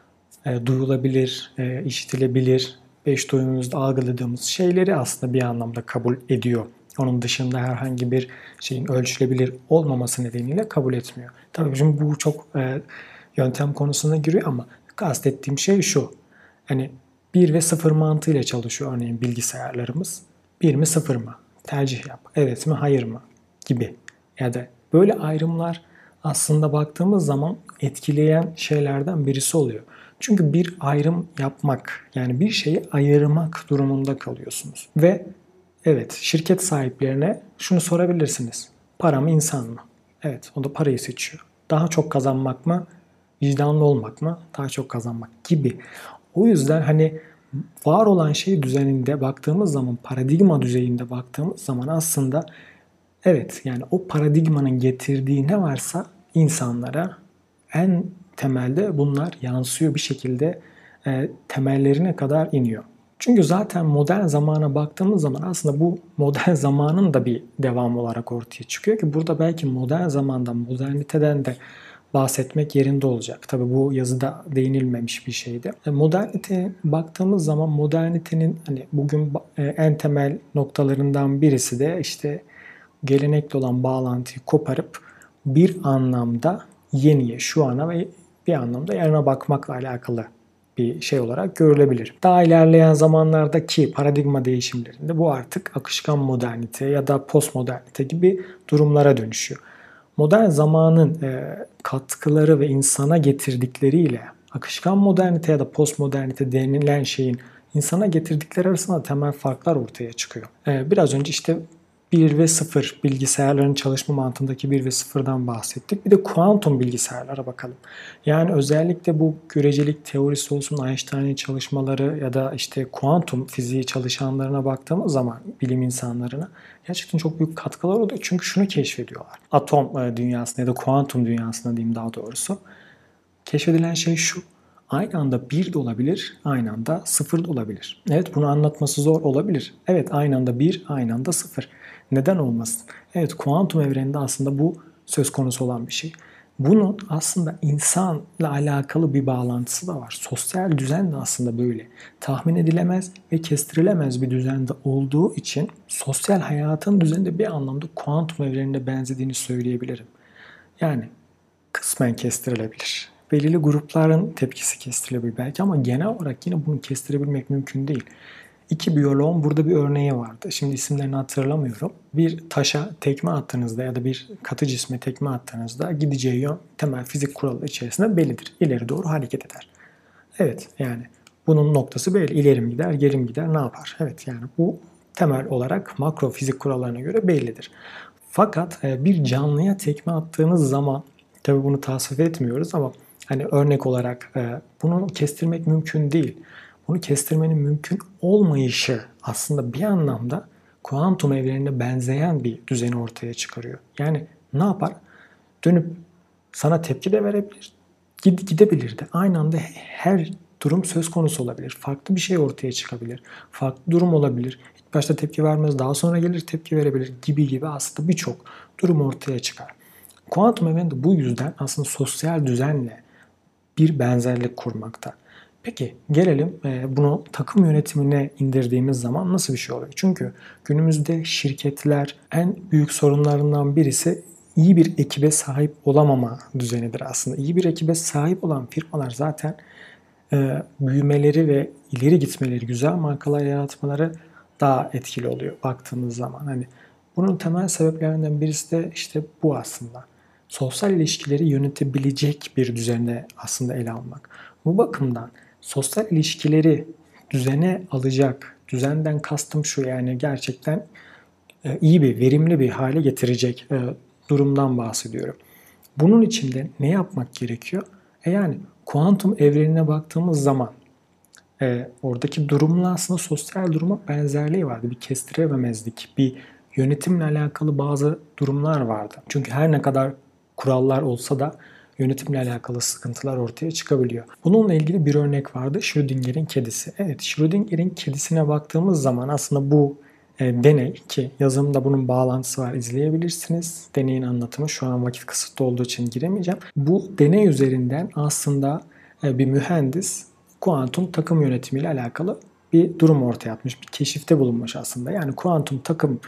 e, duyulabilir, e, işitilebilir, beş duyumuzda algıladığımız şeyleri aslında bir anlamda kabul ediyor. Onun dışında herhangi bir şeyin ölçülebilir olmaması nedeniyle kabul etmiyor. Tabii şimdi bu çok e, yöntem konusuna giriyor ama kastettiğim şey şu. Hani bir ve sıfır mantığıyla çalışıyor örneğin bilgisayarlarımız. Bir mi sıfır mı? Tercih yap. Evet mi hayır mı? Gibi. Ya da böyle ayrımlar aslında baktığımız zaman etkileyen şeylerden birisi oluyor. Çünkü bir ayrım yapmak, yani bir şeyi ayırmak durumunda kalıyorsunuz. Ve evet, şirket sahiplerine şunu sorabilirsiniz. Para mı, insan mı? Evet, o da parayı seçiyor. Daha çok kazanmak mı, vicdanlı olmak mı? Daha çok kazanmak gibi. O yüzden hani var olan şey düzeninde baktığımız zaman, paradigma düzeyinde baktığımız zaman aslında evet, yani o paradigmanın getirdiği ne varsa insanlara en temelde bunlar yansıyor bir şekilde, e, temellerine kadar iniyor. Çünkü zaten modern zamana baktığımız zaman aslında bu modern zamanın da bir devamı olarak ortaya çıkıyor ki burada belki modern zamandan, moderniteden de bahsetmek yerinde olacak. Tabii bu yazıda değinilmemiş bir şeydi. E, modernite baktığımız zaman modernitenin hani bugün e, en temel noktalarından birisi de işte gelenekli olan bağlantıyı koparıp bir anlamda yeniye, şu ana ve bir anlamda yarına bakmakla alakalı bir şey olarak görülebilir. Daha ilerleyen zamanlardaki paradigma değişimlerinde bu artık akışkan modernite ya da postmodernite gibi durumlara dönüşüyor. Modern zamanın e, katkıları ve insana getirdikleriyle akışkan modernite ya da postmodernite denilen şeyin insana getirdikleri arasında temel farklar ortaya çıkıyor. E, biraz önce işte bir ve sıfır bilgisayarların çalışma mantığındaki bir ve sıfırdan bahsettik. Bir de kuantum bilgisayarlara bakalım. Yani özellikle bu görecelik teorisi olsun, Einstein'ın çalışmaları ya da işte kuantum fiziği çalışanlarına baktığımız zaman bilim insanlarına gerçekten çok büyük katkılar oluyor. Çünkü şunu keşfediyorlar. Atom dünyasında ya da kuantum dünyasında diyeyim daha doğrusu. Keşfedilen şey şu. Aynı anda bir de olabilir, aynı anda sıfır da olabilir. Evet, bunu anlatması zor olabilir. Evet, aynı anda bir, aynı anda sıfır. Neden olmasın? Evet, kuantum evreninde aslında bu söz konusu olan bir şey. Bunun aslında insanla alakalı bir bağlantısı da var. Sosyal düzen de aslında böyle. Tahmin edilemez ve kestirilemez bir düzende olduğu için sosyal hayatın düzeni de bir anlamda kuantum evrenine benzediğini söyleyebilirim. Yani kısmen kestirilebilir. Belirli grupların tepkisi kestirilebilir belki ama genel olarak yine bunu kestirebilmek mümkün değil. İki biyoloğun burada bir örneği vardı. Şimdi isimlerini hatırlamıyorum. Bir taşa tekme attığınızda ya da bir katı cisme tekme attığınızda gideceği yön temel fizik kuralı içerisinde bellidir. İleri doğru hareket eder. Evet, yani bunun noktası belli. İleri mi gider, geri mi gider, ne yapar? Evet, yani bu temel olarak makro fizik kurallarına göre bellidir. Fakat bir canlıya tekme attığınız zaman, tabii bunu tasvip etmiyoruz ama hani örnek olarak bunu kestirmek mümkün değil. Bunu kestirmenin mümkün olmayışı aslında bir anlamda kuantum evrenine benzeyen bir düzeni ortaya çıkarıyor. Yani ne yapar? Dönüp sana tepki de verebilir, gidebilir de. Aynı anda her durum söz konusu olabilir. Farklı bir şey ortaya çıkabilir. Farklı durum olabilir. İlk başta tepki vermez, daha sonra gelir tepki verebilir gibi gibi aslında birçok durum ortaya çıkar. Kuantum evreni de bu yüzden aslında sosyal düzenle bir benzerlik kurmakta. Peki gelelim bunu takım yönetimine indirdiğimiz zaman nasıl bir şey oluyor? Çünkü günümüzde şirketler en büyük sorunlarından birisi iyi bir ekibe sahip olamama düzenidir aslında. İyi bir ekibe sahip olan firmalar zaten e, büyümeleri ve ileri gitmeleri, güzel markalar yaratmaları daha etkili oluyor baktığımız zaman. Hani bunun temel sebeplerinden birisi de işte bu aslında. Sosyal ilişkileri yönetebilecek bir düzene aslında ele almak. Bu bakımdan sosyal ilişkileri düzene alacak, düzenden kastım şu, yani gerçekten e, iyi bir, verimli bir hale getirecek e, durumdan bahsediyorum. Bunun için de ne yapmak gerekiyor? E yani kuantum evrenine baktığımız zaman e, oradaki durumla aslında sosyal duruma benzerliği vardı. Bir kestirememezlik, bir yönetimle alakalı bazı durumlar vardı. Çünkü her ne kadar kurallar olsa da yönetimle alakalı sıkıntılar ortaya çıkabiliyor. Bununla ilgili bir örnek vardı. Schrödinger'in kedisi. Evet, Schrödinger'in kedisine baktığımız zaman aslında bu e, deney, ki yazımda bunun bağlantısı var, izleyebilirsiniz. Deneyin anlatımı, şu an vakit kısıtlı olduğu için giremeyeceğim. Bu deney üzerinden aslında e, bir mühendis kuantum takım yönetimiyle alakalı bir durum ortaya atmış. Bir keşifte bulunmuş aslında. Yani kuantum takım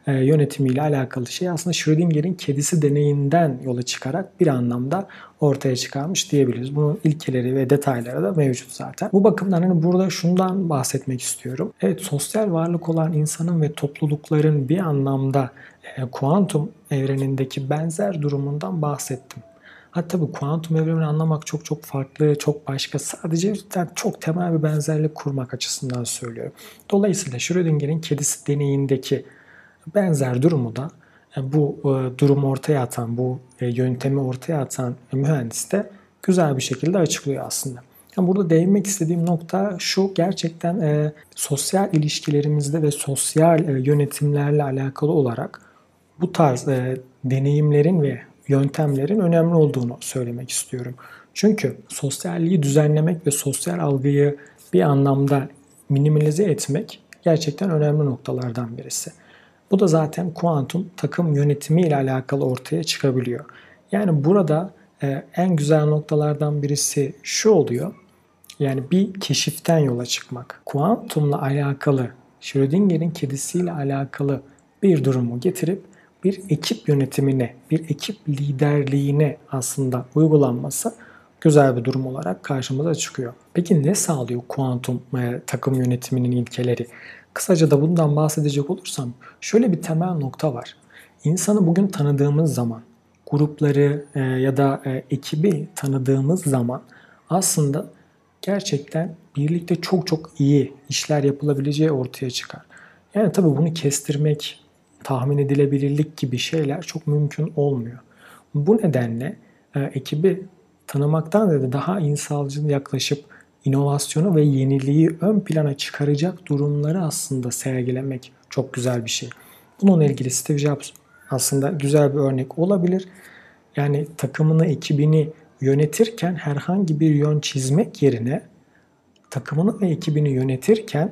e, yönetimiyle alakalı şey aslında Schrödinger'in kedisi deneyinden yola çıkarak bir anlamda ortaya çıkarmış diyebiliriz. Bunun ilkeleri ve detayları da mevcut zaten. Bu bakımdan hani burada şundan bahsetmek istiyorum. Evet, sosyal varlık olan insanın ve toplulukların bir anlamda e, kuantum evrenindeki benzer durumundan bahsettim. Hatta bu kuantum evrenini anlamak çok çok farklı, çok başka. Sadece çok temel bir benzerlik kurmak açısından söylüyorum. Dolayısıyla Schrödinger'in kedisi deneyindeki benzer durumu da e, bu e, durumu ortaya atan, bu e, yöntemi ortaya atan mühendis de güzel bir şekilde açıklıyor aslında. Yani burada değinmek istediğim nokta şu: gerçekten e, sosyal ilişkilerimizde ve sosyal e, yönetimlerle alakalı olarak bu tarz e, deneyimlerin ve yöntemlerin önemli olduğunu söylemek istiyorum. Çünkü sosyalliği düzenlemek ve sosyal algıyı bir anlamda minimalize etmek gerçekten önemli noktalardan birisi. Bu da zaten kuantum takım yönetimi ile alakalı ortaya çıkabiliyor. Yani burada e, en güzel noktalardan birisi şu oluyor. Yani bir keşiften yola çıkmak. Kuantumla alakalı, Schrödinger'in kedisiyle alakalı bir durumu getirip bir ekip yönetimine, bir ekip liderliğine aslında uygulanması güzel bir durum olarak karşımıza çıkıyor. Peki ne sağlıyor kuantum e, takım yönetiminin ilkeleri? Kısaca da bundan bahsedecek olursam şöyle bir temel nokta var. İnsanı bugün tanıdığımız zaman, grupları e, ya da e, ekibi tanıdığımız zaman aslında gerçekten birlikte çok çok iyi işler yapılabileceği ortaya çıkar. Yani tabii bunu kestirmek, tahmin edilebilirlik gibi şeyler çok mümkün olmuyor. Bu nedenle e, ekibi tanımaktan da daha insancıl yaklaşıp inovasyonu ve yeniliği ön plana çıkaracak durumları aslında sergilemek çok güzel bir şey. Bununla ilgili Steve Jobs aslında güzel bir örnek olabilir. Yani takımını, ekibini yönetirken herhangi bir yön çizmek yerine takımını ve ekibini yönetirken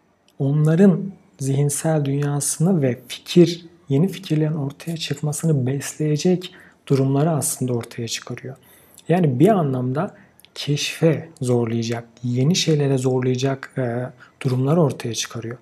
onların zihinsel dünyasını ve fikir, yeni fikirlerin ortaya çıkmasını besleyecek durumları aslında ortaya çıkarıyor. Yani bir anlamda keşfe zorlayacak, yeni şeylere zorlayacak e, durumlar ortaya çıkarıyor.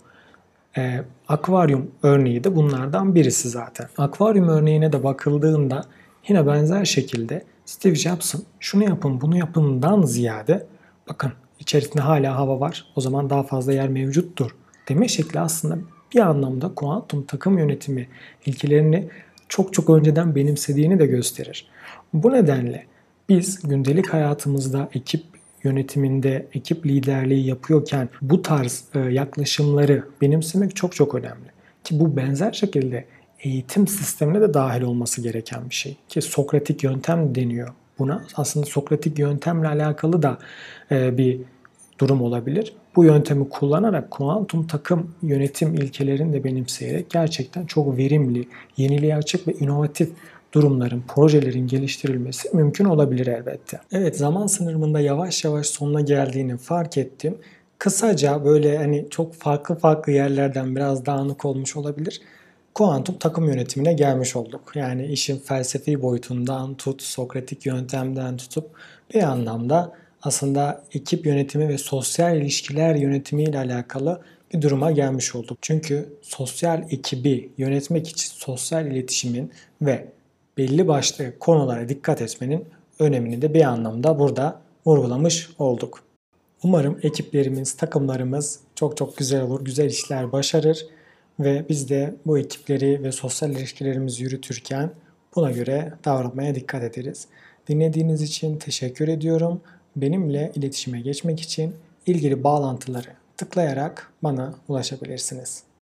E, akvaryum örneği de bunlardan birisi zaten. Akvaryum örneğine de bakıldığında yine benzer şekilde Steve Jobs'ın şunu yapın bunu yapından ziyade bakın içerisinde hala hava var, o zaman daha fazla yer mevcuttur deme şekli aslında bir anlamda kuantum takım yönetimi ilkelerini çok çok önceden benimsediğini de gösterir. Bu nedenle biz gündelik hayatımızda ekip yönetiminde, ekip liderliği yapıyorken bu tarz e, yaklaşımları benimsemek çok çok önemli. Ki bu benzer şekilde eğitim sistemine de dahil olması gereken bir şey. Ki Sokratik yöntem deniyor buna. Aslında Sokratik yöntemle alakalı da e, bir durum olabilir. Bu yöntemi kullanarak kuantum takım yönetim ilkelerini de benimseyerek gerçekten çok verimli, yeniliğe açık ve inovatif durumların, projelerin geliştirilmesi mümkün olabilir elbette. Evet, zaman sınırında yavaş yavaş sonuna geldiğini fark ettim. Kısaca böyle hani çok farklı farklı yerlerden biraz dağınık olmuş olabilir. Kuantum takım yönetimine gelmiş olduk. Yani işin felsefi boyutundan tut, Sokratik yöntemden tutup bir anlamda aslında ekip yönetimi ve sosyal ilişkiler yönetimi ile alakalı bir duruma gelmiş olduk. Çünkü sosyal ekibi yönetmek için sosyal iletişimin ve belli başlı konulara dikkat etmenin önemini de bir anlamda burada vurgulamış olduk. Umarım ekiplerimiz, takımlarımız çok çok güzel olur, güzel işler başarır ve biz de bu ekipleri ve sosyal ilişkilerimizi yürütürken buna göre davranmaya dikkat ederiz. Dinlediğiniz için teşekkür ediyorum. Benimle iletişime geçmek için ilgili bağlantıları tıklayarak bana ulaşabilirsiniz.